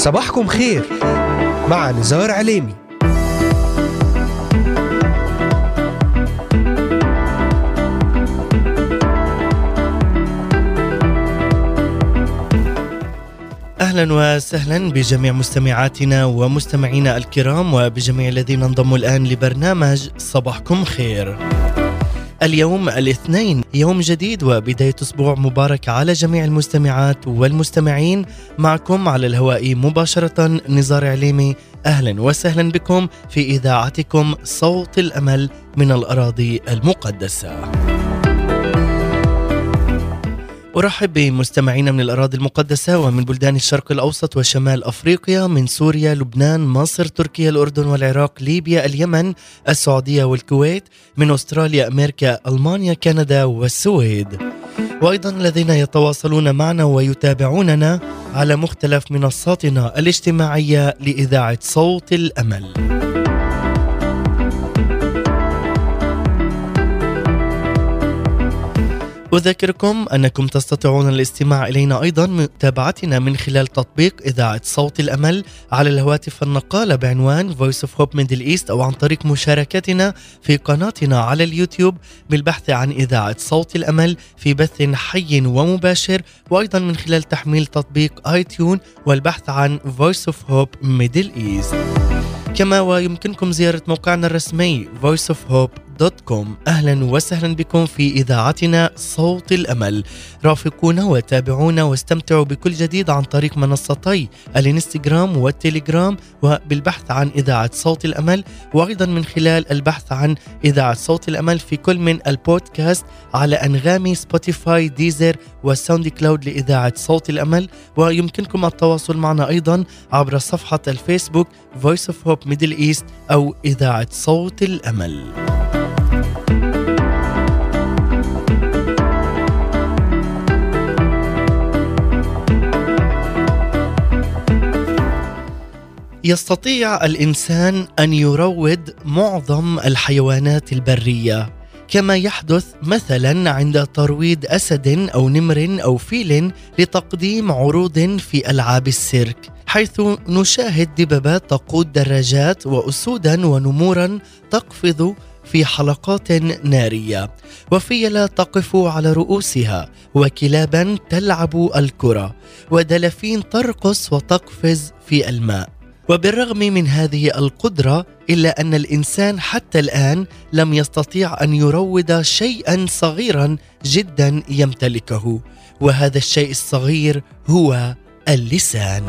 صباحكم خير مع نزار عليمي. أهلا وسهلا بجميع مستمعاتنا ومستمعينا الكرام وبجميع الذين انضموا الآن لبرنامج صباحكم خير. اليوم الاثنين، يوم جديد وبداية أسبوع مبارك على جميع المستمعات والمستمعين. معكم على الهواء مباشرة نزار عليمي. أهلا وسهلا بكم في إذاعتكم صوت الأمل من الأراضي المقدسة. أرحب بمستمعينا من الأراضي المقدسة ومن بلدان الشرق الأوسط وشمال أفريقيا، من سوريا، لبنان، مصر، تركيا، الأردن والعراق، ليبيا، اليمن، السعودية والكويت، من أستراليا، أمريكا، ألمانيا، كندا والسويد، وأيضا الذين يتواصلون معنا ويتابعوننا على مختلف منصاتنا الاجتماعية لإذاعة صوت الأمل. أذكركم أنكم تستطيعون الاستماع إلينا أيضا متابعتنا من خلال تطبيق إذاعة صوت الأمل على الهواتف النقالة بعنوان Voice of Hope Middle East، أو عن طريق مشاركتنا في قناتنا على اليوتيوب بالبحث عن إذاعة صوت الأمل في بث حي ومباشر، وأيضا من خلال تحميل تطبيق آيتيون والبحث عن Voice of Hope Middle East. كما ويمكنكم زيارة موقعنا الرسمي voiceofhope.com. أهلا وسهلا بكم في إذاعتنا صوت الأمل. رافقونا وتابعونا واستمتعوا بكل جديد عن طريق منصتي الانستغرام والتليجرام وبالبحث عن إذاعة صوت الأمل، وأيضا من خلال البحث عن إذاعة صوت الأمل في كل من البودكاست على أنغامي، سبوتيفاي، ديزر وساوند كلاود لإذاعة صوت الأمل. ويمكنكم التواصل معنا أيضا عبر صفحة الفيسبوك Voice of Hope Middle East أو إذاعة صوت الأمل. يستطيع الإنسان أن يروض معظم الحيوانات البرية، كما يحدث مثلا عند ترويض أسد أو نمر أو فيل لتقديم عروض في ألعاب السيرك، حيث نشاهد دببات تقود دراجات وأسودا ونمورا تقفز في حلقات نارية، وفيلة تقف على رؤوسها، وكلابا تلعب الكرة، ودلافين ترقص وتقفز في الماء. وبالرغم من هذه القدرة إلا أن الإنسان حتى الآن لم يستطيع أن يروض شيئا صغيرا جدا يمتلكه، وهذا الشيء الصغير هو اللسان.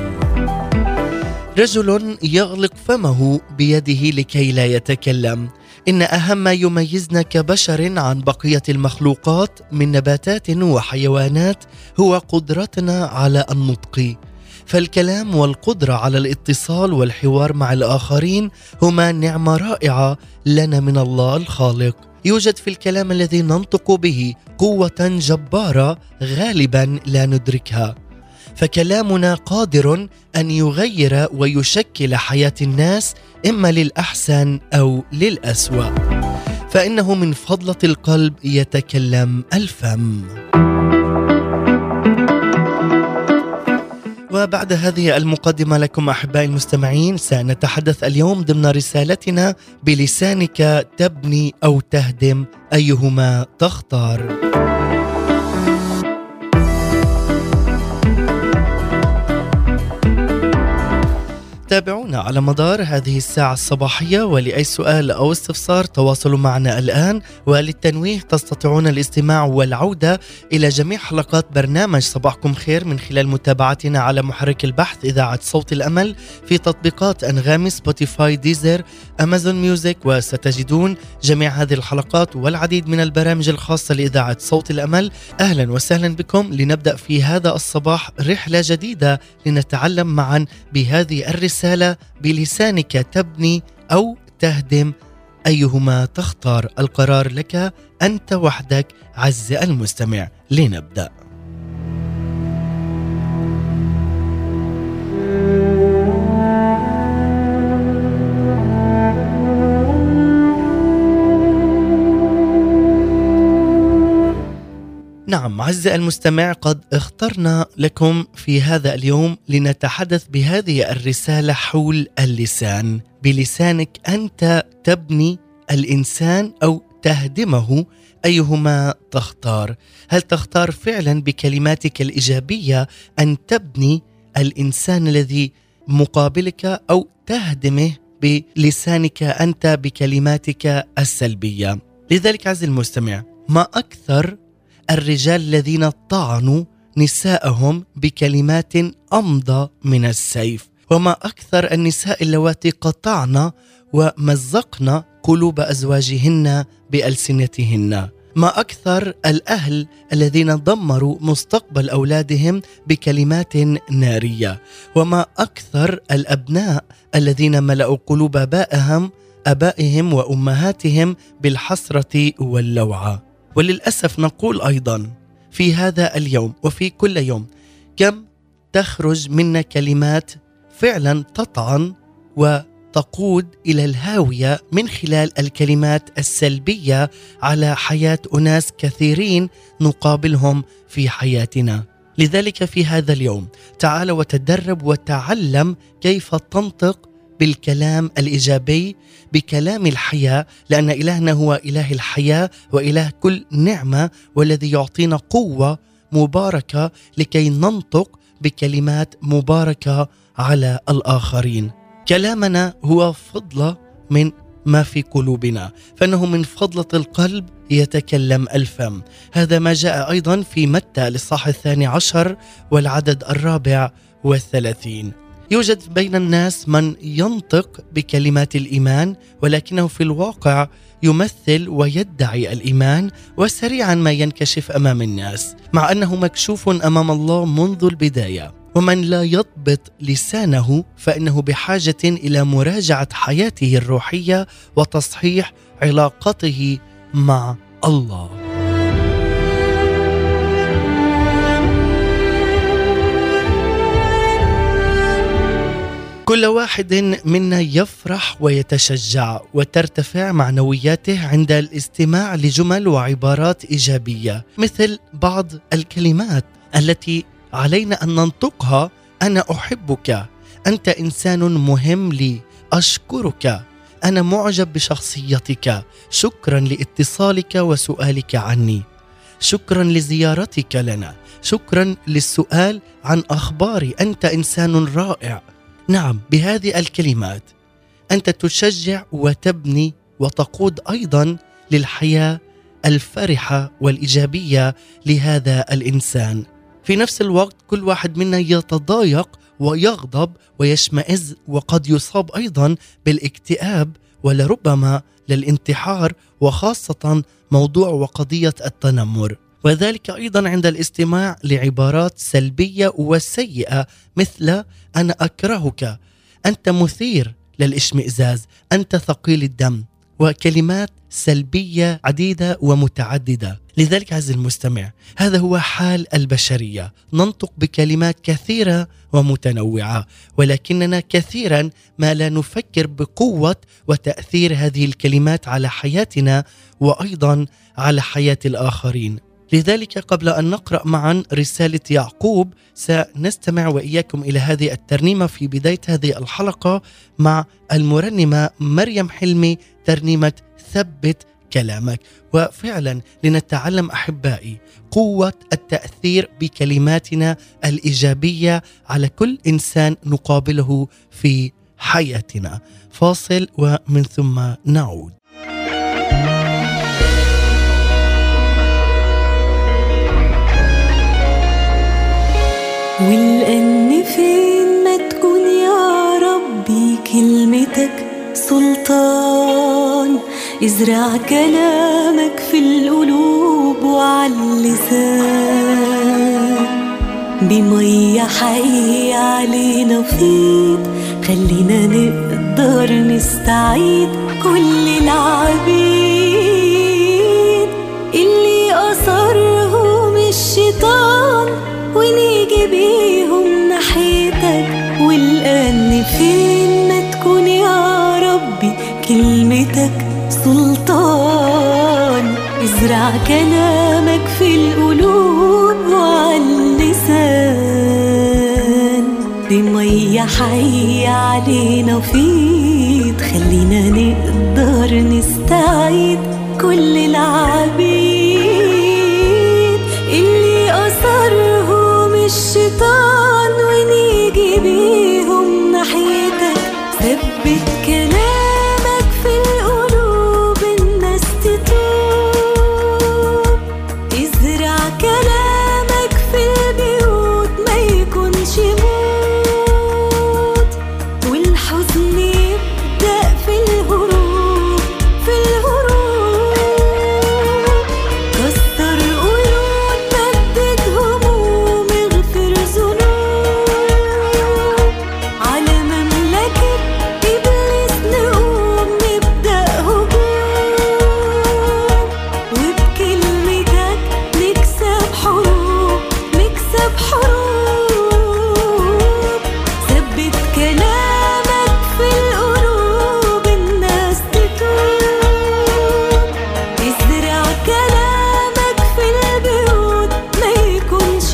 رجل يغلق فمه بيده لكي لا يتكلم. إن أهم ما يميزنا كبشر عن بقية المخلوقات من نباتات وحيوانات هو قدرتنا على النطق، فالكلام والقدرة على الاتصال والحوار مع الآخرين هما نعمة رائعة لنا من الله الخالق. يوجد في الكلام الذي ننطق به قوة جبارة غالبا لا ندركها، فكلامنا قادر أن يغير ويشكل حياة الناس إما للأحسن أو للأسوأ، فإنه من فضلة القلب يتكلم الفم. وبعد هذه المقدمة لكم أحبائي المستمعين، سنتحدث اليوم ضمن رسالتنا بلسانك تبني أو تهدم، أيهما تختار؟ تابعونا على مدار هذه الساعة الصباحية، ولأي سؤال أو استفسار تواصلوا معنا الآن. وللتنويه تستطيعون الاستماع والعودة إلى جميع حلقات برنامج صباحكم خير من خلال متابعتنا على محرك البحث إذاعة صوت الأمل في تطبيقات أنغامي، سبوتيفاي، ديزر، أمازون ميوزك، وستجدون جميع هذه الحلقات والعديد من البرامج الخاصة لإذاعة صوت الأمل. أهلا وسهلا بكم. لنبدأ في هذا الصباح رحلة جديدة لنتعلم معا بهذه الرسالة بلسانك تبني أو تهدم، أيهما تختار؟ القرار لك أنت وحدك عز المستمع. لنبدأ. نعم عزيزي المستمع، قد اخترنا لكم في هذا اليوم لنتحدث بهذه الرسالة حول اللسان. بلسانك أنت تبني الإنسان أو تهدمه، أيهما تختار؟ هل تختار فعلا بكلماتك الإيجابية أن تبني الإنسان الذي مقابلك، أو تهدمه بلسانك أنت بكلماتك السلبية؟ لذلك عزيزي المستمع، ما أكثر الرجال الذين طعنوا نساءهم بكلمات أمضى من السيف، وما أكثر النساء اللواتي قطعن ومزقن قلوب أزواجهن بألسنتهن، ما أكثر الأهل الذين دمروا مستقبل أولادهم بكلمات نارية، وما أكثر الأبناء الذين ملأوا قلوب أبائهم وأمهاتهم بالحسرة واللوعة. وللأسف نقول أيضا في هذا اليوم وفي كل يوم كم تخرج منا كلمات فعلا تطعن وتقود إلى الهاوية من خلال الكلمات السلبية على حياة أناس كثيرين نقابلهم في حياتنا. لذلك في هذا اليوم تعال وتدرب وتعلم كيف تنطق بالكلام الإيجابي، بكلام الحياة، لأن إلهنا هو إله الحياة وإله كل نعمة، والذي يعطينا قوة مباركة لكي ننطق بكلمات مباركة على الآخرين. كلامنا هو فضلة من ما في قلوبنا، فإنه من فضلة القلب يتكلم الفم. هذا ما جاء أيضا في متى الإصحاح 12 والعدد 34. يوجد بين الناس من ينطق بكلمات الإيمان، ولكنه في الواقع يمثل ويدعي الإيمان، وسريعا ما ينكشف أمام الناس، مع أنه مكشوف أمام الله منذ البداية. ومن لا يضبط لسانه فإنه بحاجة إلى مراجعة حياته الروحية وتصحيح علاقته مع الله. كل واحد منا يفرح ويتشجع وترتفع معنوياته عند الاستماع لجمل وعبارات إيجابية، مثل بعض الكلمات التي علينا أن ننطقها: أنا أحبك، أنت إنسان مهم لي، أشكرك، أنا معجب بشخصيتك، شكرا لاتصالك وسؤالك عني، شكرا لزيارتك لنا، شكرا للسؤال عن أخباري، أنت إنسان رائع. نعم، بهذه الكلمات أنت تشجع وتبني وتقود أيضا للحياة الفرحة والإيجابية لهذا الإنسان. في نفس الوقت كل واحد منا يتضايق ويغضب ويشمئز، وقد يصاب أيضا بالاكتئاب ولربما للانتحار، وخاصة موضوع وقضية التنمر، وذلك أيضا عند الاستماع لعبارات سلبية وسيئة مثل: أنا أكرهك، أنت مثير للإشمئزاز، أنت ثقيل الدم، وكلمات سلبية عديدة ومتعددة. لذلك عزيزي المستمع، هذا هو حال البشرية، ننطق بكلمات كثيرة ومتنوعة، ولكننا كثيرا ما لا نفكر بقوة وتأثير هذه الكلمات على حياتنا وأيضا على حياة الآخرين. لذلك قبل أن نقرأ معا رسالة يعقوب، سنستمع وإياكم إلى هذه الترنيمة في بداية هذه الحلقة مع المرنمة مريم حلمي، ترنيمة ثبت كلامك. وفعلا لنتعلم أحبائي قوة التأثير بكلماتنا الإيجابية على كل إنسان نقابله في حياتنا. فاصل ومن ثم نعود. والأن فين ما تكون يا ربي كلمتك سلطان، ازرع كلامك في القلوب وعلى اللسان، بمية حقيقية علينا فيض، خلينا نقدر نستعيد كل العبيد اللي أصرهم الشيطان، ونيجي بيهم ناحيتك. والآن فين ما تكون يا ربي كلمتك سلطان، ازرع كلامك في القلوب بمية حية علينا فيض، خلينا نقدر نستعيد كل العبيد اللي أثرهم الشيطان ونيجي بيهم ناحيتك. ثبت كلامك في القلوب الناس تتوب، ازرع كلامك في البيوت ما يكونش موت، والحزن يبدأ في الهروب في الهروب. كسر قيود، بدد هموم، اغفر ذنوب، على مملكة إبليس نقوم نبدأ هجوم، وبكلمتك نكسب حروب نكسب حروب. ثبت كلامك في القلوب الناس تتوب، ازرع كلامك في البيوت ما يكونش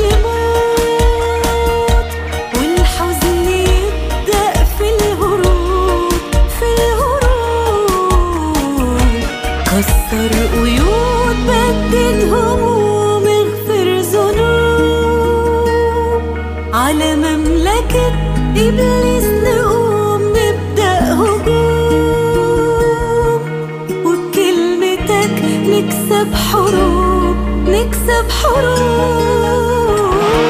موت، والحزن يبدأ في الهروب في الهروب. كسر قيود، بدد هموم، اغفر ذنوب، على مملكة إبليس نقوم نبدأ هجوم، وبكلمتك نكسب حروب نكسب حروب.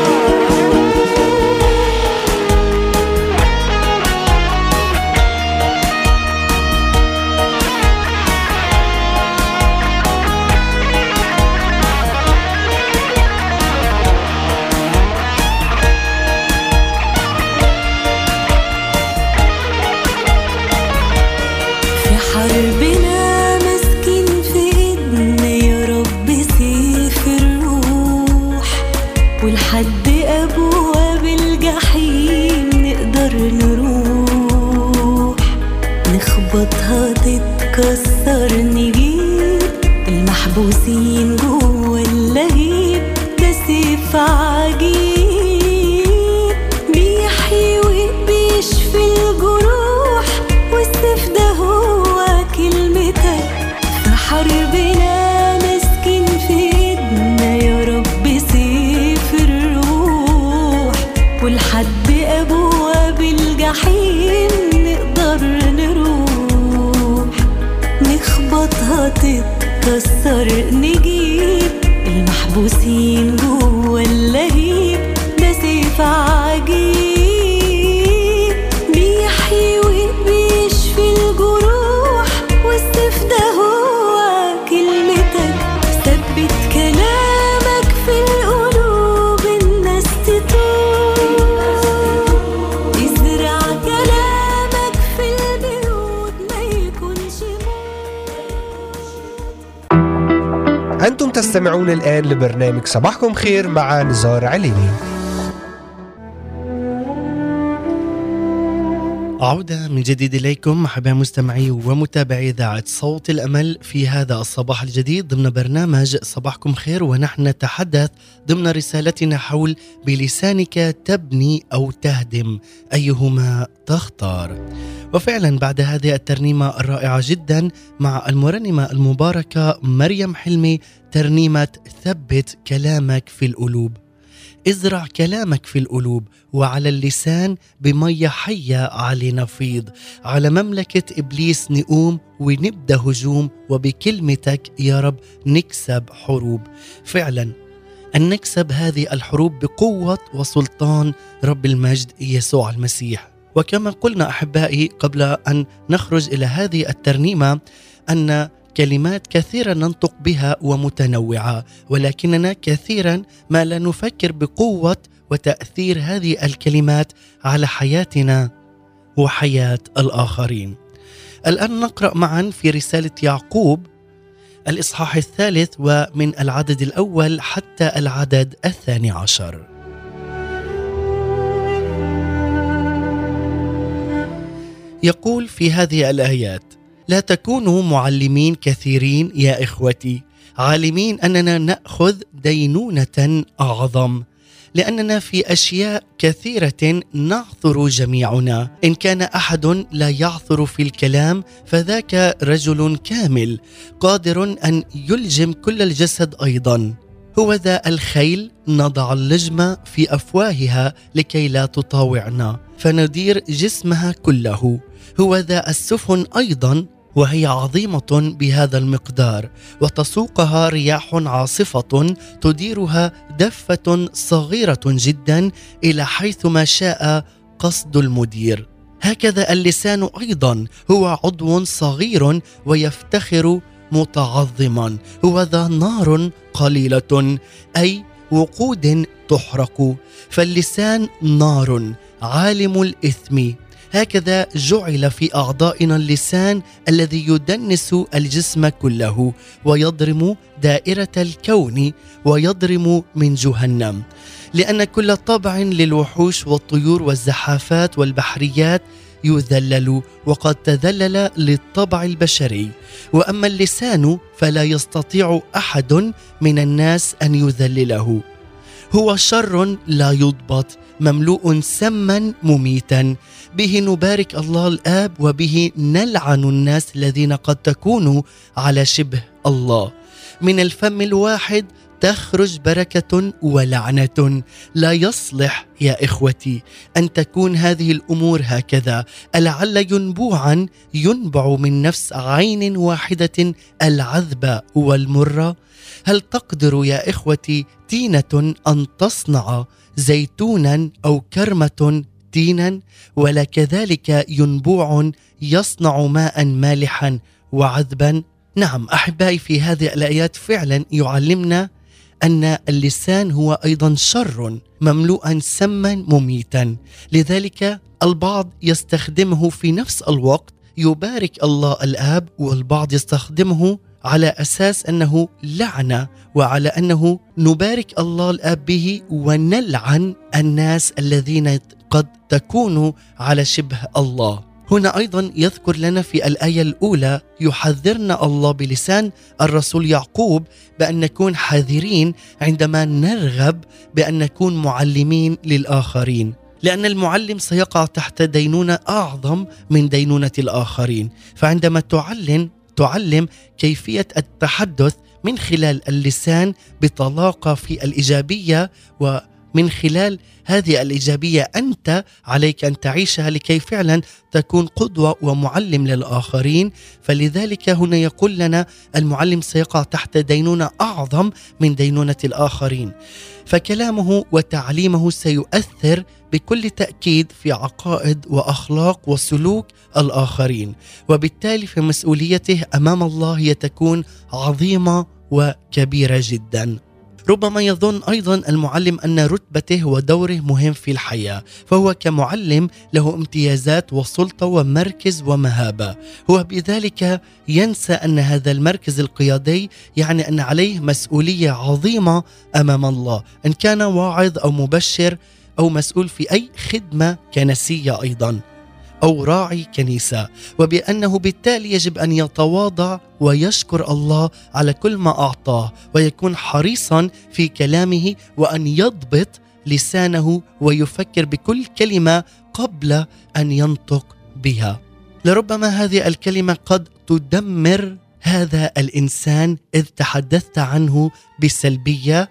في حربنا مسكين في ايدنا يا رب سيف الروح، ولحد ابواب الجحيم نقدر نروح، نخبطها تتكسر نجيب المحبوسين جوه اللهيب. ده سيف عجيب بيحيي وبيشفي الجروح، والسيف ده هو كلمتك. في حربنا مسكين في ايدنا يا رب سيف الروح، ولحد ابواب الجحيم نقدر نروح، نخبطها تتكسر نجيب المحبوسين جوه اللهيب. ده سيف عجيب بيحيي وبيشفي الجروح، والسيف ده هو كلمتك. ثبت كلامك في القلوب الناس تتوب، ازرع كلامك في البيوت ما يكونش موت. أنتم تستمعون الآن لبرنامج صباحكم خير مع نزار عليمي. عودة من جديد إليكم أحباء مستمعي ومتابعي إذاعة صوت الأمل في هذا الصباح الجديد ضمن برنامج صباحكم خير، ونحن نتحدث ضمن رسالتنا حول بلسانك تبني أو تهدم، أيهما تختار؟ وفعلا بعد هذه الترنيمة الرائعة جدا مع المرنمة المباركة مريم حلمي، ترنيمة ثبت كلامك في القلوب. ازرع كلامك في القلوب وعلى اللسان بمية حية علينا فيض، على مملكة إبليس نقوم ونبدأ هجوم، وبكلمتك يا رب نكسب حروب. فعلا أن نكسب هذه الحروب بقوة وسلطان رب المجد يسوع المسيح. وكما قلنا أحبائي قبل أن نخرج إلى هذه الترنيمة أن كلمات كثيرة ننطق بها ومتنوعة، ولكننا كثيرا ما لا نفكر بقوة وتأثير هذه الكلمات على حياتنا وحياة الآخرين. الآن نقرأ معا في رسالة يعقوب الإصحاح 3 ومن العدد الأول حتى العدد 12. يقول في هذه الآيات: لا تكونوا معلمين كثيرين يا إخوتي، عالمين أننا نأخذ دينونة أعظم، لأننا في أشياء كثيرة نعثر جميعنا. إن كان أحد لا يعثر في الكلام فذاك رجل كامل قادر أن يلجم كل الجسد أيضا. هو ذا الخيل نضع اللجم في أفواهها لكي لا تطاوعنا فندير جسمها كله. هو ذا السفن أيضا وهي عظيمة بهذا المقدار وتسوقها رياح عاصفة تديرها دفة صغيرة جدا إلى حيث ما شاء قصد المدير. هكذا اللسان أيضا هو عضو صغير ويفتخر متعظما. هو ذا نار قليلة أي وقود تحرق، فاللسان نار عالم الإثم. هكذا جعل في أعضائنا اللسان الذي يدنس الجسم كله ويضرم دائرة الكون ويضرم من جهنم. لأن كل طبع للوحوش والطيور والزحافات والبحريات يذلل وقد تذلل للطبع البشري، وأما اللسان فلا يستطيع أحد من الناس أن يذلله. هو شر لا يضبط مملوء سما مميتا، به نبارك الله الآب وبه نلعن الناس الذين قد تكونوا على شبه الله. من الفم الواحد تخرج بركة ولعنة. لا يصلح يا إخوتي أن تكون هذه الأمور هكذا. ألعل ينبوعا ينبع من نفس عين واحدة العذبة والمرة؟ هل تقدر يا إخوتي تينة أن تصنع زيتونا أو كرمة تينا؟ ولا كذلك ينبوع يصنع ماء مالحا وعذبا؟ نعم أحبائي، في هذه الآيات فعلا يعلمنا أن اللسان هو أيضا شر مملوءا سما مميتا. لذلك البعض يستخدمه في نفس الوقت يبارك الله الآب، والبعض يستخدمه على أساس أنه لعنة، وعلى أنه نبارك الله الآب به ونلعن الناس الذين قد تكونوا على شبه الله. هنا أيضا يذكر لنا في الآية الأولى يحذرنا الله بلسان الرسول يعقوب بأن نكون حذرين عندما نرغب بأن نكون معلمين للآخرين، لأن المعلم سيقع تحت دينونة أعظم من دينونة الآخرين. فعندما تعلم كيفية التحدث من خلال اللسان بطلاقة في الإيجابية، ومن خلال هذه الإيجابية أنت عليك أن تعيشها لكي فعلا تكون قدوة ومعلم للآخرين. فلذلك هنا يقول لنا المعلم سيقع تحت دينونة أعظم من دينونة الآخرين. فكلامه وتعليمه سيؤثر بكل تأكيد في عقائد وأخلاق وسلوك الآخرين، وبالتالي فمسؤوليته أمام الله هي تكون عظيمة وكبيرة جدا. ربما يظن أيضا المعلم أن رتبته ودوره مهم في الحياة، فهو كمعلم له امتيازات وسلطة ومركز ومهابة. هو بذلك ينسى أن هذا المركز القيادي يعني أن عليه مسؤولية عظيمة أمام الله، إن كان واعظ أو مبشر أو مسؤول في أي خدمة كنسية أيضا أو راعي كنيسة، وبأنه بالتالي يجب أن يتواضع ويشكر الله على كل ما أعطاه، ويكون حريصا في كلامه وأن يضبط لسانه ويفكر بكل كلمة قبل أن ينطق بها. لربما هذه الكلمة قد تدمر هذا الإنسان إذ تحدثت عنه بسلبية،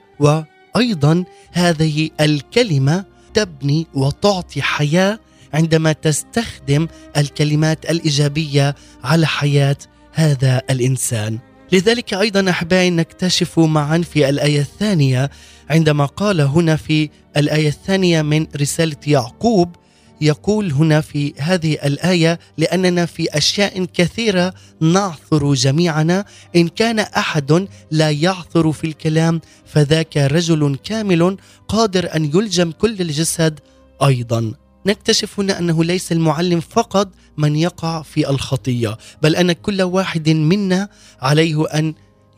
وأيضا هذه الكلمة تبني وتعطي حياة عندما تستخدم الكلمات الإيجابية على حياة هذا الإنسان. لذلك أيضا أحبائي نكتشف معا في الآية الثانية عندما قال هنا في الآية الثانية من رسالة يعقوب، يقول هنا في هذه الآية: لأننا في أشياء كثيرة نعثر جميعنا، إن كان أحد لا يعثر في الكلام فذاك رجل كامل قادر أن يلجم كل الجسد أيضا. نكتشف هنا أنه ليس المعلم فقط من يقع في الخطية، بل أن كل واحد منا عليه أن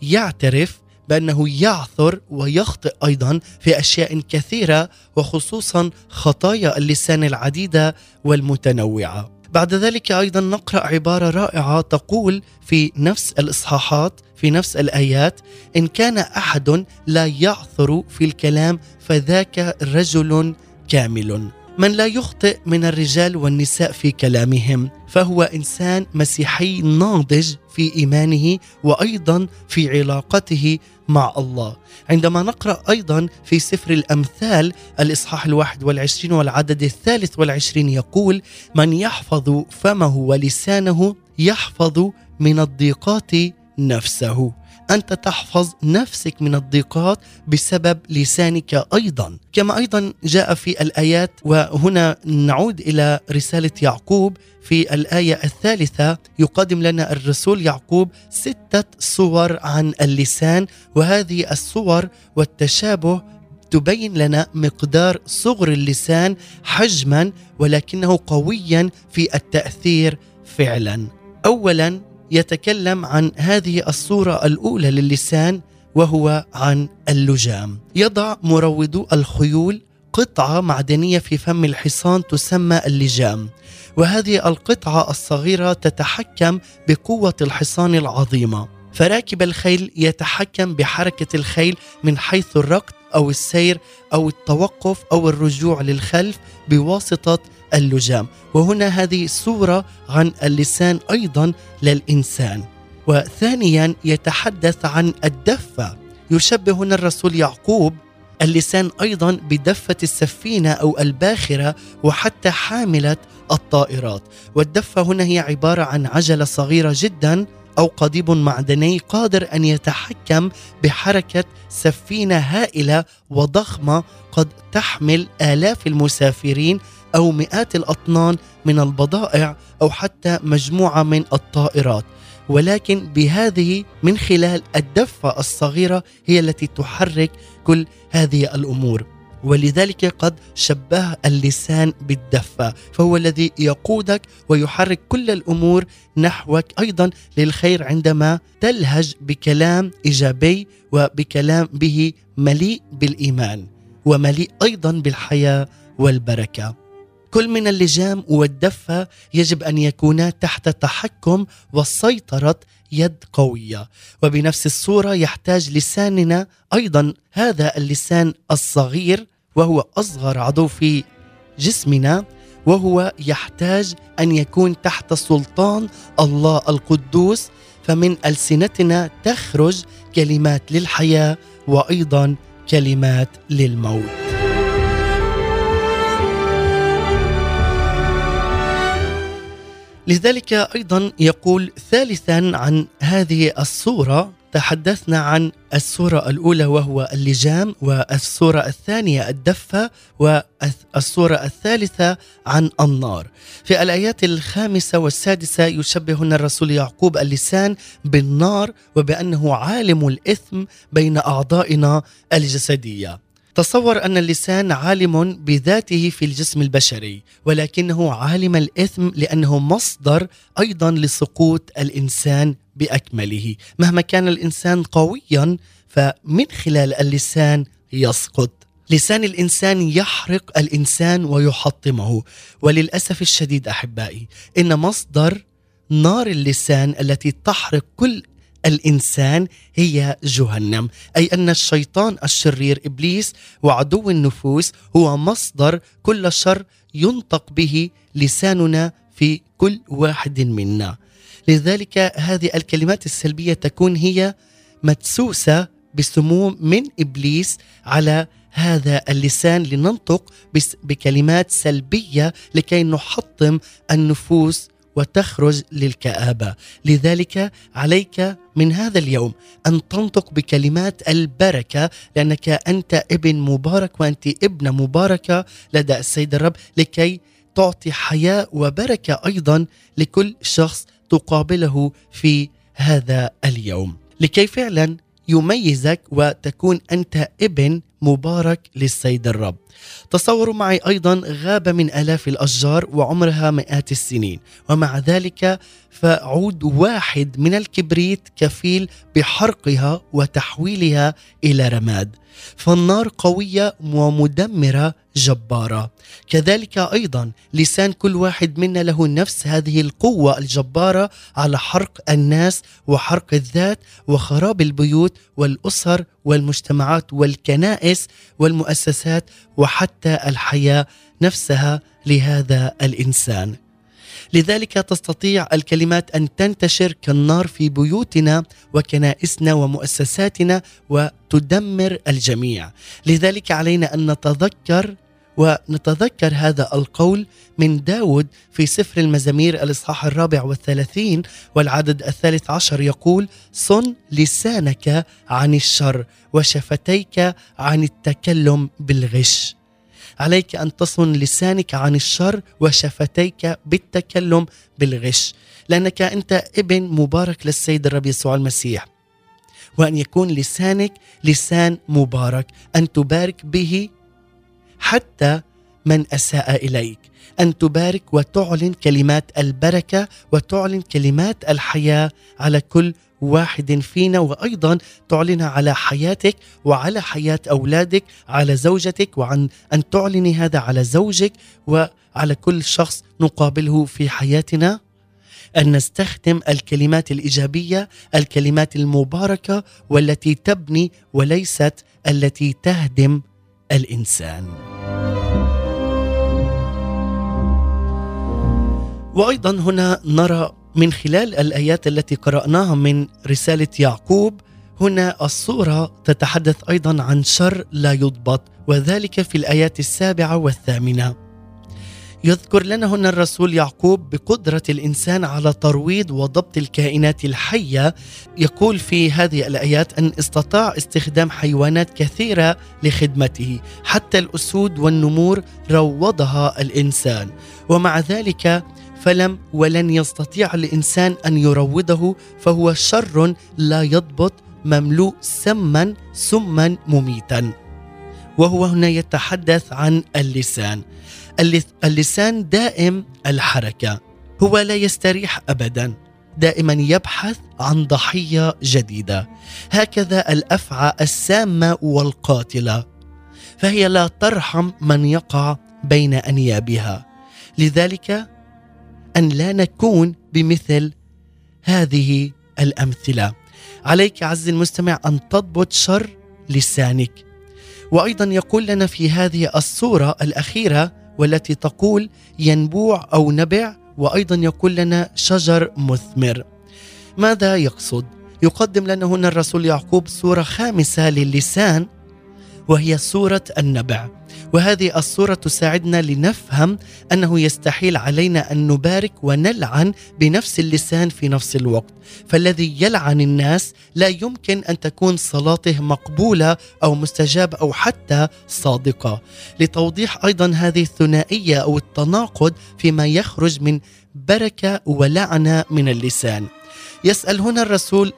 يعترف بأنه يعثر ويخطئ أيضا في أشياء كثيرة، وخصوصا خطايا اللسان العديدة والمتنوعة. بعد ذلك أيضا نقرأ عبارة رائعة تقول في نفس الإصحاحات في نفس الآيات: إن كان أحد لا يعثر في الكلام فذاك رجل كامل. من لا يخطئ من الرجال والنساء في كلامهم فهو إنسان مسيحي ناضج في إيمانه وأيضا في علاقته مع الله. عندما نقرأ أيضا في سفر الأمثال الإصحاح 21 والعدد 23 يقول: من يحفظ فمه ولسانه يحفظ من الضيقات نفسه. أنت تحفظ نفسك من الضيقات بسبب لسانك أيضا. كما أيضا جاء في الآيات، وهنا نعود إلى رسالة يعقوب في الآية 3، يقدم لنا الرسول يعقوب 6 صور عن اللسان، وهذه الصور والتشابه تبين لنا مقدار صغر اللسان حجما ولكنه قويا في التأثير فعلا. أولا يتكلم عن هذه الصورة الأولى للسان، وهو عن اللجام. يضع مروضو الخيول قطعة معدنية في فم الحصان تسمى اللجام، وهذه القطعة الصغيرة تتحكم بقوة الحصان العظيمة، فراكب الخيل يتحكم بحركة الخيل من حيث الركض أو السير أو التوقف أو الرجوع للخلف بواسطة اللجام. وهنا هذه صورة عن اللسان أيضا للإنسان. وثانيا يتحدث عن الدفة، يشبه هنا الرسول يعقوب اللسان أيضا بدفة السفينة أو الباخرة وحتى حاملة الطائرات. والدفة هنا هي عبارة عن عجلة صغيرة جدا أو قضيب معدني قادر أن يتحكم بحركة سفينة هائلة وضخمة قد تحمل آلاف المسافرين أو مئات الأطنان من البضائع أو حتى مجموعة من الطائرات. ولكن بهذه من خلال الدفة الصغيرة هي التي تحرك كل هذه الأمور. ولذلك قد شبه اللسان بالدفة، فهو الذي يقودك ويحرك كل الأمور نحوك أيضا للخير عندما تلهج بكلام إيجابي وبكلام به مليء بالإيمان ومليء أيضا بالحياة والبركة. كل من اللجام والدفة يجب أن يكونا تحت تحكم وسيطرة يد قوية. وبنفس الصورة يحتاج لساننا أيضا، هذا اللسان الصغير وهو أصغر عضو في جسمنا، وهو يحتاج أن يكون تحت سلطان الله القدوس، فمن ألسنتنا تخرج كلمات للحياة وأيضا كلمات للموت. لذلك أيضا يقول ثالثا عن هذه الصورة، تحدثنا عن الصورة الأولى وهو اللجام، والصورة الثانية الدفة، والصورة الثالثة عن النار. في الآيات 5 و6 يشبهنا الرسول يعقوب اللسان بالنار وبأنه عالم الإثم بين أعضائنا الجسدية. تصور أن اللسان عالم بذاته في الجسم البشري، ولكنه عالم الإثم لأنه مصدر أيضا لسقوط الإنسان بأكمله. مهما كان الإنسان قويا فمن خلال اللسان يسقط. لسان الإنسان يحرق الإنسان ويحطمه. وللأسف الشديد أحبائي، إن مصدر نار اللسان التي تحرق كل الإنسان هي جهنم، أي أن الشيطان الشرير إبليس وعدو النفوس هو مصدر كل شر ينطق به لساننا في كل واحد منا. لذلك هذه الكلمات السلبية تكون هي مدسوسة بسموم من إبليس على هذا اللسان لننطق بكلمات سلبية لكي نحطم النفوس وتخرج للكآبة. لذلك عليك من هذا اليوم أن تنطق بكلمات البركة، لأنك أنت ابن مبارك وأنت ابنة مباركة لدى السيد الرب، لكي تعطي حياة وبركة أيضا لكل شخص تقابله في هذا اليوم، لكي فعلا يميزك وتكون أنت ابن مبارك للسيد الرب. تصوروا معي أيضا غابة من آلاف الأشجار وعمرها مئات السنين، ومع ذلك فعود واحد من الكبريت كفيل بحرقها وتحويلها إلى رماد. فالنار قوية ومدمرة جبارة. كذلك أيضا لسان كل واحد منا له نفس هذه القوة الجبارة على حرق الناس وحرق الذات وخراب البيوت والأسر والمجتمعات والكنائس والمؤسسات وحتى الحياة نفسها لهذا الإنسان. لذلك تستطيع الكلمات أن تنتشر كالنار في بيوتنا وكنائسنا ومؤسساتنا وتدمر الجميع. لذلك علينا أن نتذكر هذا القول من داود في سفر المزامير الإصحاح 34 والعدد 13 يقول: صن لسانك عن الشر وشفتيك عن التكلم بالغش. عليك أن تصن لسانك عن الشر وشفتيك بالتكلم بالغش، لأنك أنت ابن مبارك للسيد الرب يسوع المسيح، وأن يكون لسانك لسان مبارك، أن تبارك به حتى من أساء إليك، أن تبارك وتعلن كلمات البركة وتعلن كلمات الحياة على كل واحد فينا، وأيضا تعلنها على حياتك وعلى حياة أولادك، على زوجتك، وعن أن تعلني هذا على زوجك وعلى كل شخص نقابله في حياتنا. أن نستخدم الكلمات الإيجابية، الكلمات المباركة والتي تبني وليست التي تهدم الإنسان. وأيضا هنا نرى من خلال الآيات التي قرأناها من رسالة يعقوب، هنا الصورة تتحدث أيضا عن شر لا يضبط، وذلك في الآيات 7 و8. يذكر لنا هنا الرسول يعقوب بقدرة الإنسان على ترويض وضبط الكائنات الحية. يقول في هذه الآيات أن استطاع استخدام حيوانات كثيرة لخدمته، حتى الأسود والنمور روضها الإنسان، ومع ذلك ولن يستطيع الإنسان أن يروضه، فهو شر لا يضبط مملوء سما مميتا. وهو هنا يتحدث عن اللسان. اللسان دائم الحركة، هو لا يستريح أبدا، دائما يبحث عن ضحية جديدة. هكذا الأفعى السامة والقاتلة، فهي لا ترحم من يقع بين أنيابها. لذلك أن لا نكون بمثل هذه الأمثلة. عليك عز المستمع أن تضبط شر لسانك. وأيضا يقول لنا في هذه الصورة الأخيرة والتي تقول ينبوع أو نبع، وأيضا يقول لنا شجر مثمر. ماذا يقصد؟ يقدم لنا هنا الرسول يعقوب صورة خامسة للسان، وهي صورة النبع. وهذه الصورة تساعدنا لنفهم أنه يستحيل علينا أن نبارك ونلعن بنفس اللسان في نفس الوقت. فالذي يلعن الناس لا يمكن أن تكون صلاته مقبولة أو مستجابة أو حتى صادقة. لتوضيح أيضا هذه الثنائية أو التناقض فيما يخرج من بركة ولعنة من اللسان، يسأل هنا الرسول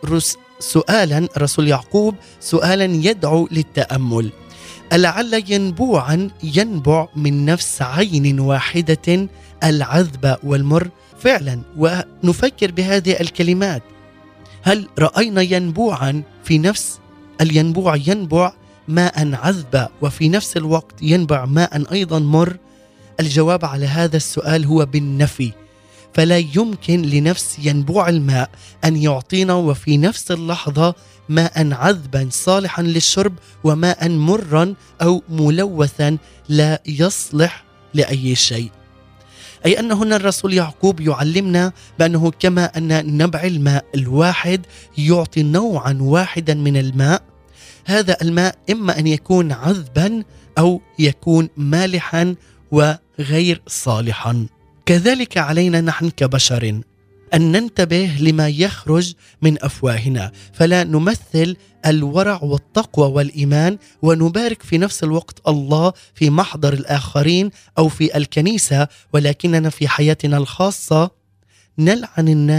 يعقوب سؤالا يدعو للتأمل: ألعل ينبوعا ينبع من نفس عين واحدة العذبة والمر؟ فعلا، ونفكر بهذه الكلمات. هل رأينا ينبوعا في نفس الينبوع ينبع ماء عذبة وفي نفس الوقت ينبع ماء أيضا مر؟ الجواب على هذا السؤال هو بالنفي. فلا يمكن لنفس ينبوع الماء أن يعطينا وفي نفس اللحظة ماء عذبا صالحا للشرب وماء مرا أو ملوثا لا يصلح لأي شيء. أي أن هنا الرسول يعقوب يعلمنا بأنه كما أن نبع الماء الواحد يعطي نوعا واحدا من الماء، هذا الماء إما أن يكون عذبا أو يكون مالحا وغير صالحا. كذلك علينا نحن كبشر أن ننتبه لما يخرج من أفواهنا، فلا نمثل الورع والتقوى والإيمان ونبارك في نفس الوقت الله في محضر الآخرين أو في الكنيسة، ولكننا في حياتنا الخاصة نلعن الناس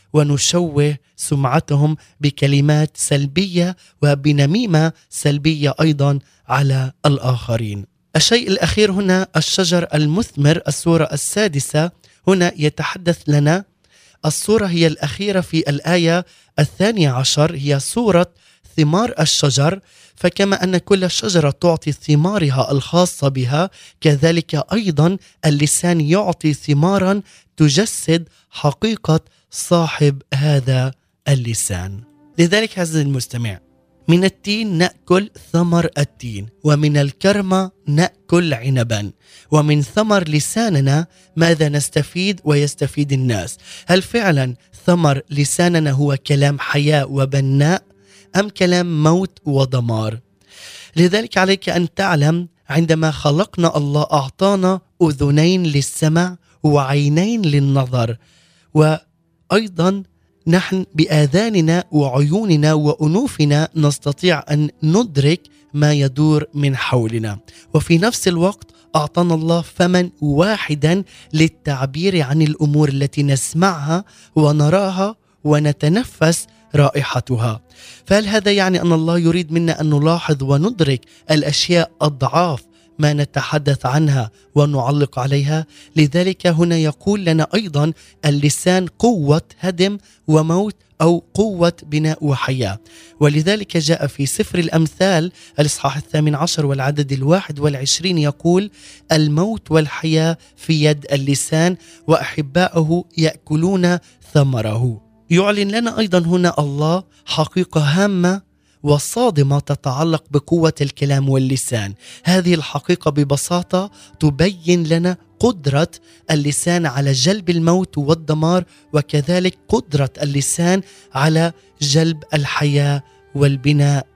ونشوه سمعتهم بكلمات سلبية وبنميمة سلبية أيضا على الآخرين. الشيء الأخير هنا الشجر المثمر، السورة 6 هنا يتحدث لنا. الصورة هي الأخيرة في الآية 12 هي صورة ثمار الشجر، فكما أن كل شجرة تعطي ثمارها الخاصة بها، كذلك أيضا اللسان يعطي ثمارا تجسد حقيقة صاحب هذا اللسان. لذلك عزيزي المستمع، من التين نأكل ثمر التين، ومن الكرمة نأكل عنبا، ومن ثمر لساننا ماذا نستفيد ويستفيد الناس؟ هل فعلا ثمر لساننا هو كلام حياة وبناء أم كلام موت ودمار؟ لذلك عليك أن تعلم عندما خلقنا الله أعطانا أذنين للسمع وعينين للنظر، وأيضا نحن بآذاننا وعيوننا وأنوفنا نستطيع أن ندرك ما يدور من حولنا، وفي نفس الوقت أعطانا الله فما واحدا للتعبير عن الأمور التي نسمعها ونراها ونتنفس رائحتها. فهل هذا يعني أن الله يريد منا أن نلاحظ وندرك الأشياء أضعاف ما نتحدث عنها ونعلق عليها؟ لذلك هنا يقول لنا أيضا اللسان قوة هدم وموت أو قوة بناء وحياة. ولذلك جاء في سفر الأمثال الإصحاح 18 والعدد 21 يقول: الموت والحياة في يد اللسان وأحباؤه يأكلون ثمره. يعلن لنا أيضا هنا الله حقيقة هامة وصادمة تتعلق بقوة الكلام واللسان. هذه الحقيقة ببساطة تبين لنا قدرة اللسان على جلب الموت والدمار، وكذلك قدرة اللسان على جلب الحياة والبناء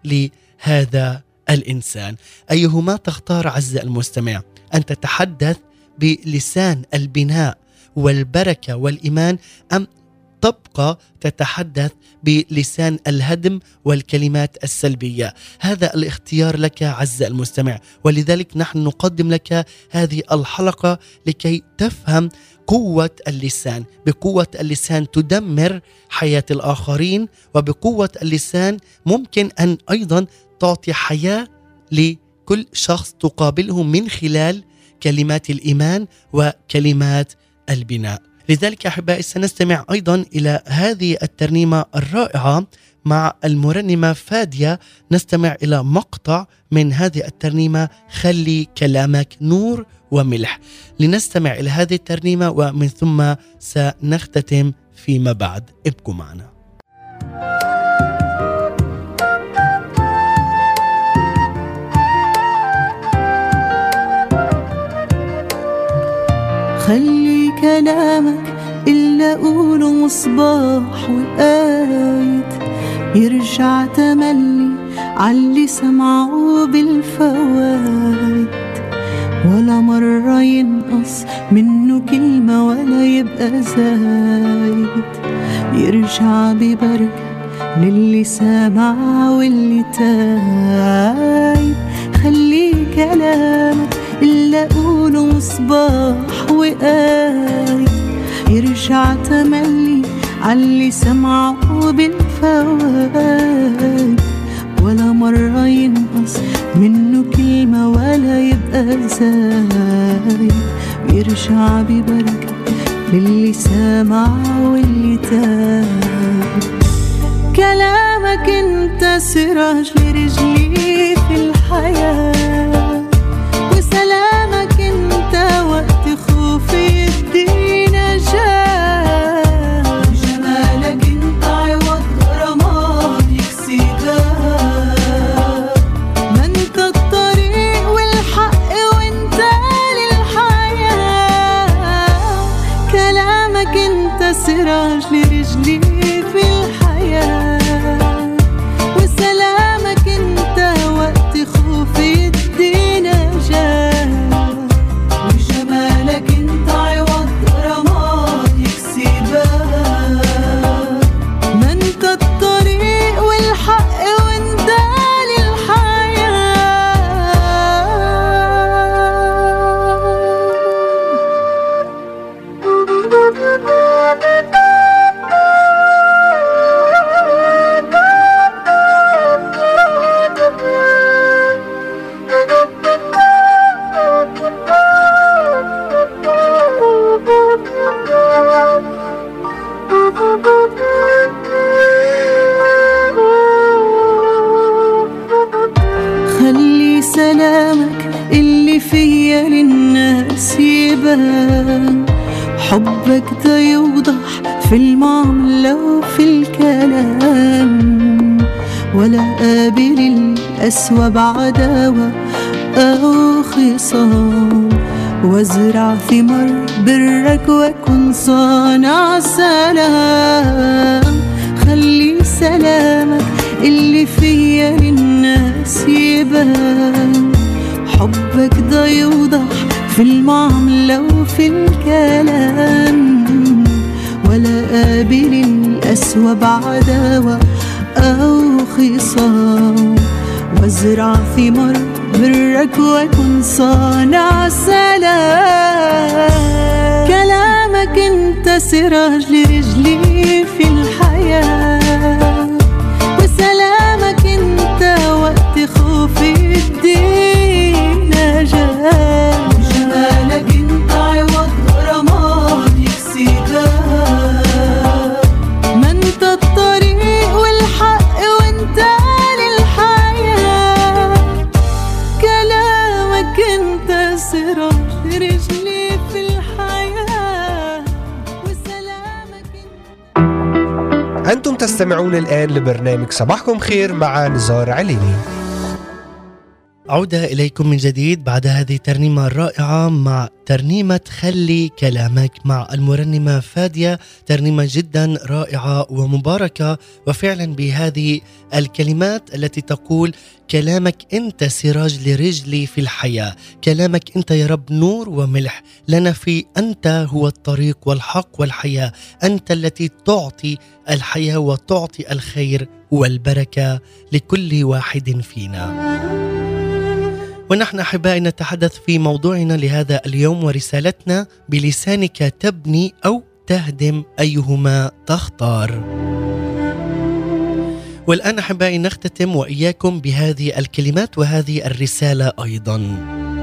لهذا الإنسان. أيهما تختار عزيزي المستمع؟ أن تتحدث بلسان البناء والبركة والإيمان، أم تبقى تتحدث بلسان الهدم والكلمات السلبية؟ هذا الاختيار لك عزيزي المستمع، ولذلك نحن نقدم لك هذه الحلقة لكي تفهم قوة اللسان. بقوة اللسان تدمر حياة الآخرين، وبقوة اللسان ممكن أن أيضا تعطي حياة لكل شخص تقابله من خلال كلمات الإيمان وكلمات البناء. لذلك أحبائي سنستمع أيضا إلى هذه الترنيمة الرائعة مع المرنمة فادية. نستمع إلى مقطع من هذه الترنيمة: خلي كلامك نور وملح. لنستمع إلى هذه الترنيمة ومن ثم سنختتم فيما بعد. ابقوا معنا. خلي كلامك إلا قوله مصباح وآيت، يرجع تملي عاللي سمعه بالفوائد، ولا مرة ينقص منه كلمة ولا يبقى زايد، يرجع ببركة للي سامع واللي تايب. خلي كلامك إلا قوله مصباح وآيت، يرجع تملي عاللي سمعه بالفوائد، ولا مرة ينقص منه كلمة ولا يبقى زايد، يرجع ببركة للي سامع واللي تايب. كلامك انت سراج لرجلي في الحياة، وسلامك انت وقت خوفي يدي نجاة، وجمالك انت عوض رماد يكسيها، ما انت الطريق والحق وانت للحياة. كلامك انت سراج لرجلي في الحياة، وسلامك انت وقت خوفي فيا للناس يبان، حبك ده يوضح في المعاملة وفي الكلام، ولا قابل القسوة بعداوة أو خصام، وازرع ثمار برك وكن صانع سلام. خلي سلامك اللي فيا للناس يبان، حبك ده يوضح في المعاملة وفي الكلام، ولا قابل القسوة بعداوة أو خصام، وازرع ثمار برك وكن صانع سلام. كلامك انت سراج لرجلي في الحياة، وسلامك انت وقت خوفي الدين نجاة، جمالك انت عوض رماد يكسبها، ما انت الطريق والحق وانت للحياة. كلامك انت سراج لرجلي في الحياة، وسلامك أنتم تستمعون الآن لبرنامج صباحكم خير مع نزار عليني. عودة إليكم من جديد بعد هذه الترنيمة الرائعة مع ترنيمة خلي كلامك مع المرنمة فادية. ترنيمة جدا رائعة ومباركة، وفعلا بهذه الكلمات التي تقول كلامك أنت سراج لرجلي في الحياة، كلامك أنت يا رب نور وملح لنا، في أنت هو الطريق والحق والحياة، أنت التي تعطي الحياة وتعطي الخير والبركة لكل واحد فينا. ونحن أحبائي نتحدث في موضوعنا لهذا اليوم، ورسالتنا بلسانك تبني أو تهدم أيهما تختار. والآن أحبائي نختتم وإياكم بهذه الكلمات وهذه الرسالة أيضا.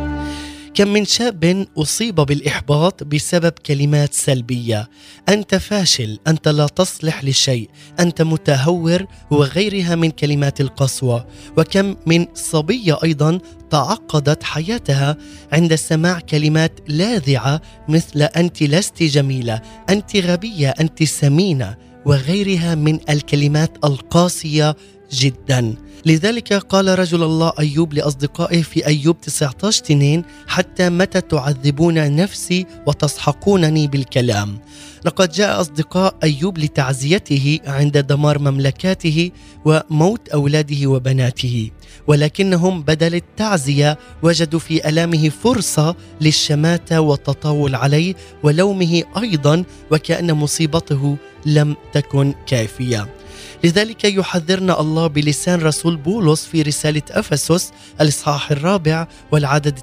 كم من شاب أصيب بالإحباط بسبب كلمات سلبية، أنت فاشل، أنت لا تصلح لشيء، أنت متهور، وغيرها من كلمات القسوة. وكم من صبية أيضا تعقدت حياتها عند سماع كلمات لاذعة مثل أنت لست جميلة، أنت غبية، أنت سمينة، وغيرها من الكلمات القاسية جدا. لذلك قال رجل الله أيوب لأصدقائه في أيوب 19:2: حتى متى تعذبون نفسي وتسحقونني بالكلام. لقد جاء أصدقاء أيوب لتعزيته عند دمار مملكاته وموت أولاده وبناته، ولكنهم بدل التعزية وجدوا في ألامه فرصة للشماتة والتطاول عليه ولومه أيضا، وكأن مصيبته لم تكن كافية. لذلك يحذرنا الله بلسان رسول بولس في رسالة أفسس الإصحاح 4 والعدد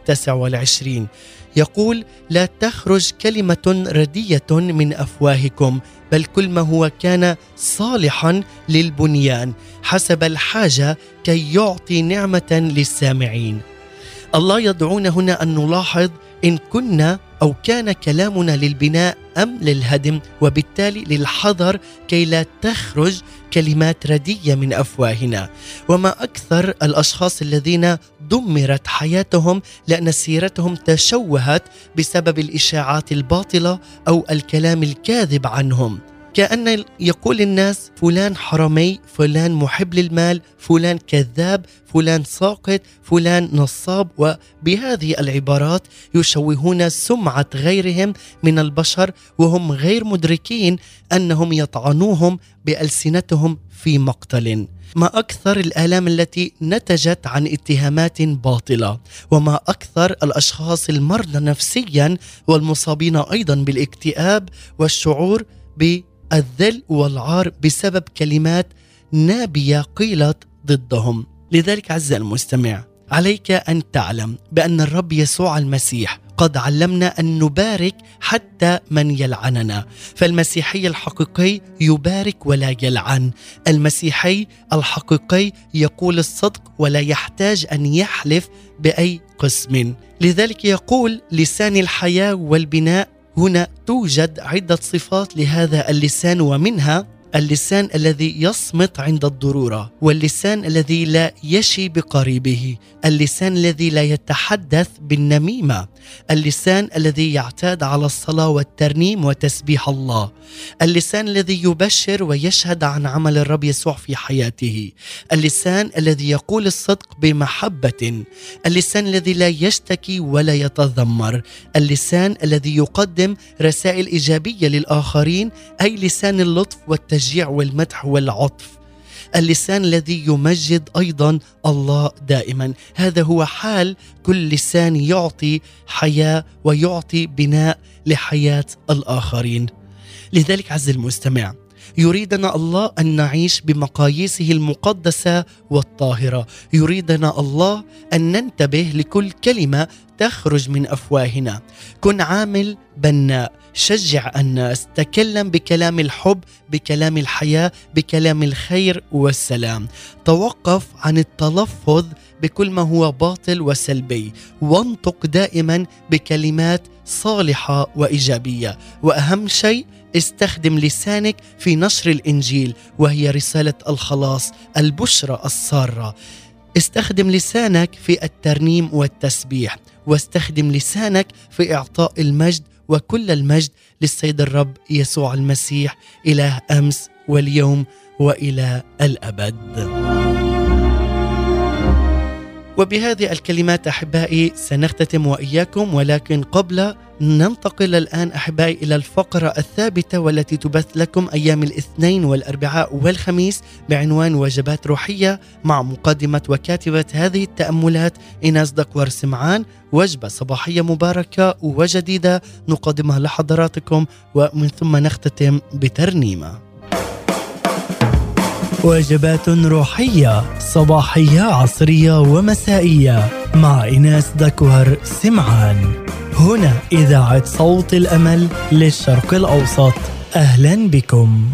29، يقول: لا تخرج كلمة ردية من أفواهكم، بل كل ما هو كان صالحا للبنيان حسب الحاجة كي يعطي نعمة للسامعين. الله يدعونا هنا أن نلاحظ إن كنا أو كان كلامنا للبناء أم للهدم، وبالتالي للحذر كي لا تخرج كلمات ردية من أفواهنا. وما أكثر الأشخاص الذين دمرت حياتهم لأن سيرتهم تشوهت بسبب الإشاعات الباطلة أو الكلام الكاذب عنهم، كأن يقول الناس فلان حرامي، فلان محب للمال، فلان كذاب، فلان ساقط، فلان نصاب، وبهذه العبارات يشوهون سمعة غيرهم من البشر وهم غير مدركين أنهم يطعنوهم بألسنتهم في مقتل. ما أكثر الآلام التي نتجت عن اتهامات باطلة، وما أكثر الأشخاص المرضى نفسيا والمصابين أيضا بالاكتئاب والشعور بالذل والعار بسبب كلمات نابية قيلت ضدهم. لذلك عزيزي المستمع، عليك أن تعلم بأن الرب يسوع المسيح قد علمنا أن نبارك حتى من يلعننا، فالمسيحي الحقيقي يبارك ولا يلعن. المسيحي الحقيقي يقول الصدق ولا يحتاج أن يحلف بأي قسم. لذلك يقول لسان الحياة والبناء. هنا توجد عدة صفات لهذا اللسان، ومنها اللسان الذي يصمت عند الضرورة، واللسان الذي لا يشي بقريبه، اللسان الذي لا يتحدث بالنميمة، اللسان الذي يعتاد على الصلاة والترنيم وتسبيح الله، اللسان الذي يبشر ويشهد عن عمل الرب يسوع في حياته، اللسان الذي يقول الصدق بمحبة، اللسان الذي لا يشتكي ولا يتذمر، اللسان الذي يقدم رسائل إيجابية للآخرين، أي لسان اللطف والتشجيع والمدح والعطف، اللسان الذي يمجد أيضا الله دائما. هذا هو حال كل لسان يعطي حياة ويعطي بناء لحياة الآخرين. لذلك عز المستمع، يريدنا الله أن نعيش بمقاييسه المقدسة والطاهرة، يريدنا الله أن ننتبه لكل كلمة تخرج من أفواهنا. كن عامل بناء، شجع الناس، تكلم بكلام الحب، بكلام الحياة، بكلام الخير والسلام. توقف عن التلفظ بكل ما هو باطل وسلبي، وانطق دائما بكلمات صالحة وإيجابية. وأهم شيء، استخدم لسانك في نشر الإنجيل، وهي رسالة الخلاص، البشرى السارة. استخدم لسانك في الترنيم والتسبيح، واستخدم لسانك في إعطاء المجد، وكل المجد للسيد الرب يسوع المسيح، إله أمس واليوم وإلى الأبد. وبهذه الكلمات أحبائي سنختتم وإياكم، ولكن قبل ننتقل الآن أحبائي إلى الفقرة الثابتة والتي تبث لكم أيام الاثنين والأربعاء والخميس بعنوان وجبات روحية، مع مقدمة وكاتبة هذه التأملات إيناس دكوار سمعان. وجبة صباحية مباركة وجديدة نقدمها لحضراتكم، ومن ثم نختتم بترنيمة. وجبات روحية صباحية عصرية ومسائية مع إيناس دكوار سمعان، هنا إذاعة صوت الأمل للشرق الأوسط. أهلا بكم.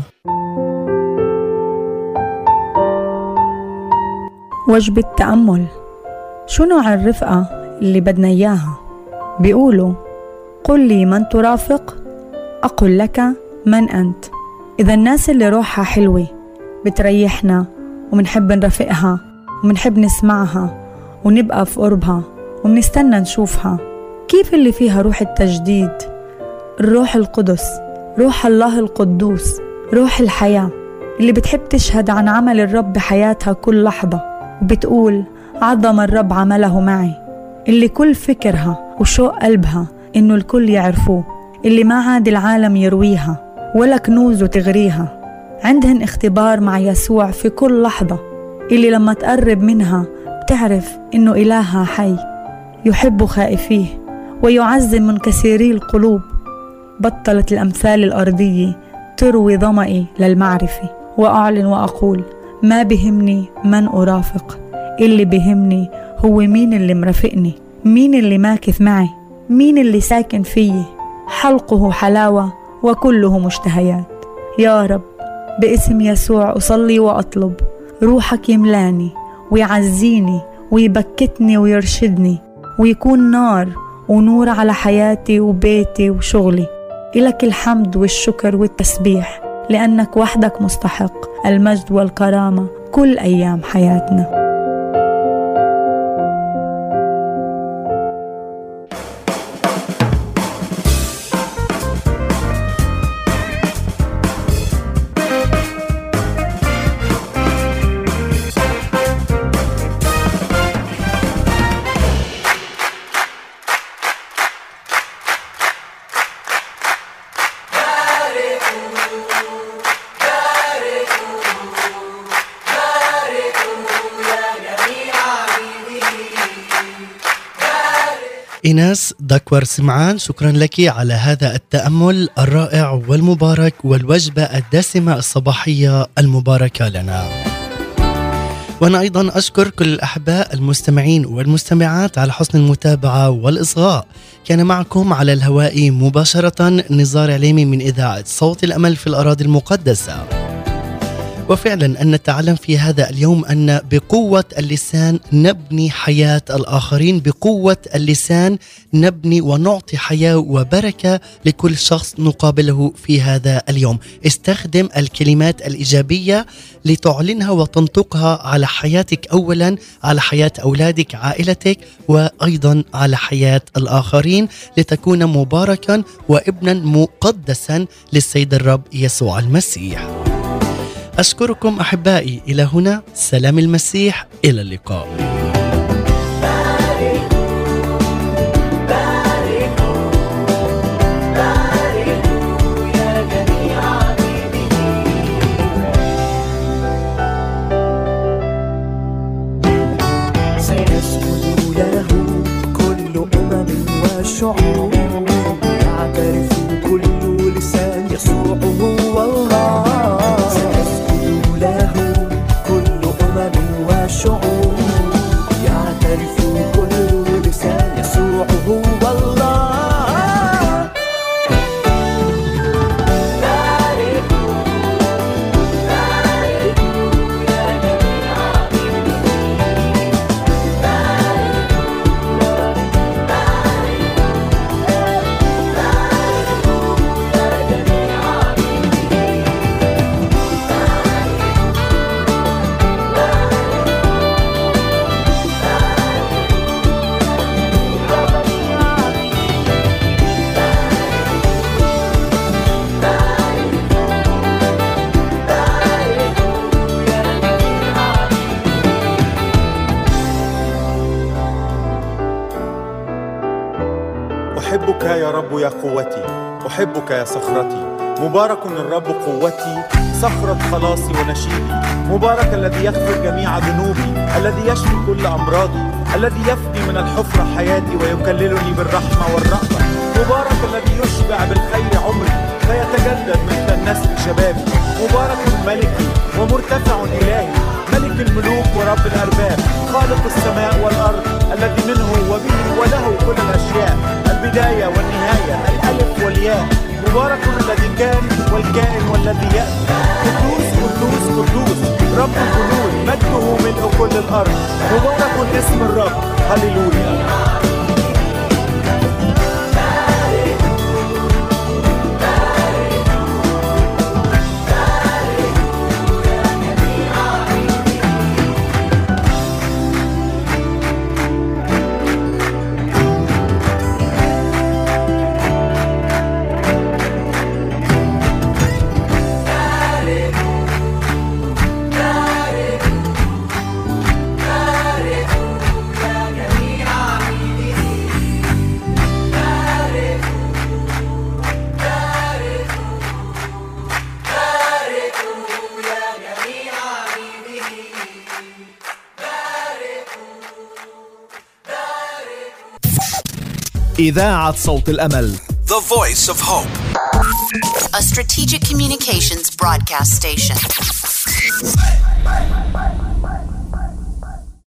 وجبة تأمل. شو نوع الرفقة اللي بدنا إياها؟ بيقولوا قل لي من ترافق أقول لك من أنت. إذا الناس اللي روحها حلوة بتريحنا ومنحب نرافقها ومنحب نسمعها ونبقى في قربها ومنستنى نشوفها، كيف اللي فيها روح التجديد، الروح القدس، روح الله القدوس، روح الحياة، اللي بتحب تشهد عن عمل الرب بحياتها كل لحظة وبتقول عظم الرب عمله معي، اللي كل فكرها وشوق قلبها إنه الكل يعرفوه، اللي ما عاد العالم يرويها ولا كنوزه تغريها. عندهن اختبار مع يسوع في كل لحظة، اللي لما تقرب منها بتعرف إنه إلهها حي، يحب خائفيه ويعزم منكسري القلوب. بطلت الأمثال الأرضية تروي ظمئي للمعرفة، وأعلن وأقول ما بهمني من أرافق، اللي بهمني هو مين اللي مرافقني، مين اللي ماكث معي، مين اللي ساكن فيه. حلقه حلاوة وكله مشتهيات. يا رب باسم يسوع أصلي وأطلب روحك يملاني ويعزيني ويبكتني ويرشدني، ويكون نار ونور على حياتي وبيتي وشغلي. إلك الحمد والشكر والتسبيح، لأنك وحدك مستحق المجد والكرامة كل أيام حياتنا. إيناس دكوار سمعان، شكرا لك على هذا التأمل الرائع والمبارك والوجبة الدسمة الصباحية المباركة لنا. وأنا أيضا أشكر كل الأحباء المستمعين والمستمعات على حسن المتابعة والإصغاء. كان معكم على الهواء مباشرة نزار عليمي من إذاعة صوت الأمل في الأراضي المقدسة. وفعلا أن نتعلم في هذا اليوم أن بقوة اللسان نبني حياة الآخرين، بقوة اللسان نبني ونعطي حياة وبركة لكل شخص نقابله في هذا اليوم. استخدم الكلمات الإيجابية لتعلنها وتنطقها على حياتك أولا، على حياة أولادك، عائلتك، وأيضا على حياة الآخرين، لتكون مباركا وابنا مقدسا للسيد الرب يسوع المسيح. أشكركم أحبائي، إلى هنا سلام المسيح، إلى اللقاء. شعوب يعترف كل لسان يسوع هو الله، سيسجد له كل وشعوب يعترف كل لسان يسوع هو الله. أحبك يا رب يا قوتي، أحبك يا صخرتي، مبارك الرب قوتي، صخرة خلاصي ونشيدي، مبارك الذي يغفر جميع ذنوبي، الذي يشفي كل أمراضي، الذي يفدي من الحفرة حياتي ويكللني بالرحمة والرأفة، مبارك الذي يشبع بالخير عمري فيتجدد مثل النسر شبابي، مبارك ملكي ومرتفع إلهي، ملك الملوك ورب الأرباب، خالق السماء والأرض، الذي منه وبه وله كل الأشياء، البداية والنهاية، الألف والياء، مبارك الذي كان والكائن والذي يأتي، قدوس قدوس قدوس رب الجنود، مجده ملء كل الأرض، مبارك اسم الرب، هللويا. إذاعة صوت الأمل. The Voice of Hope. A strategic communications broadcast station.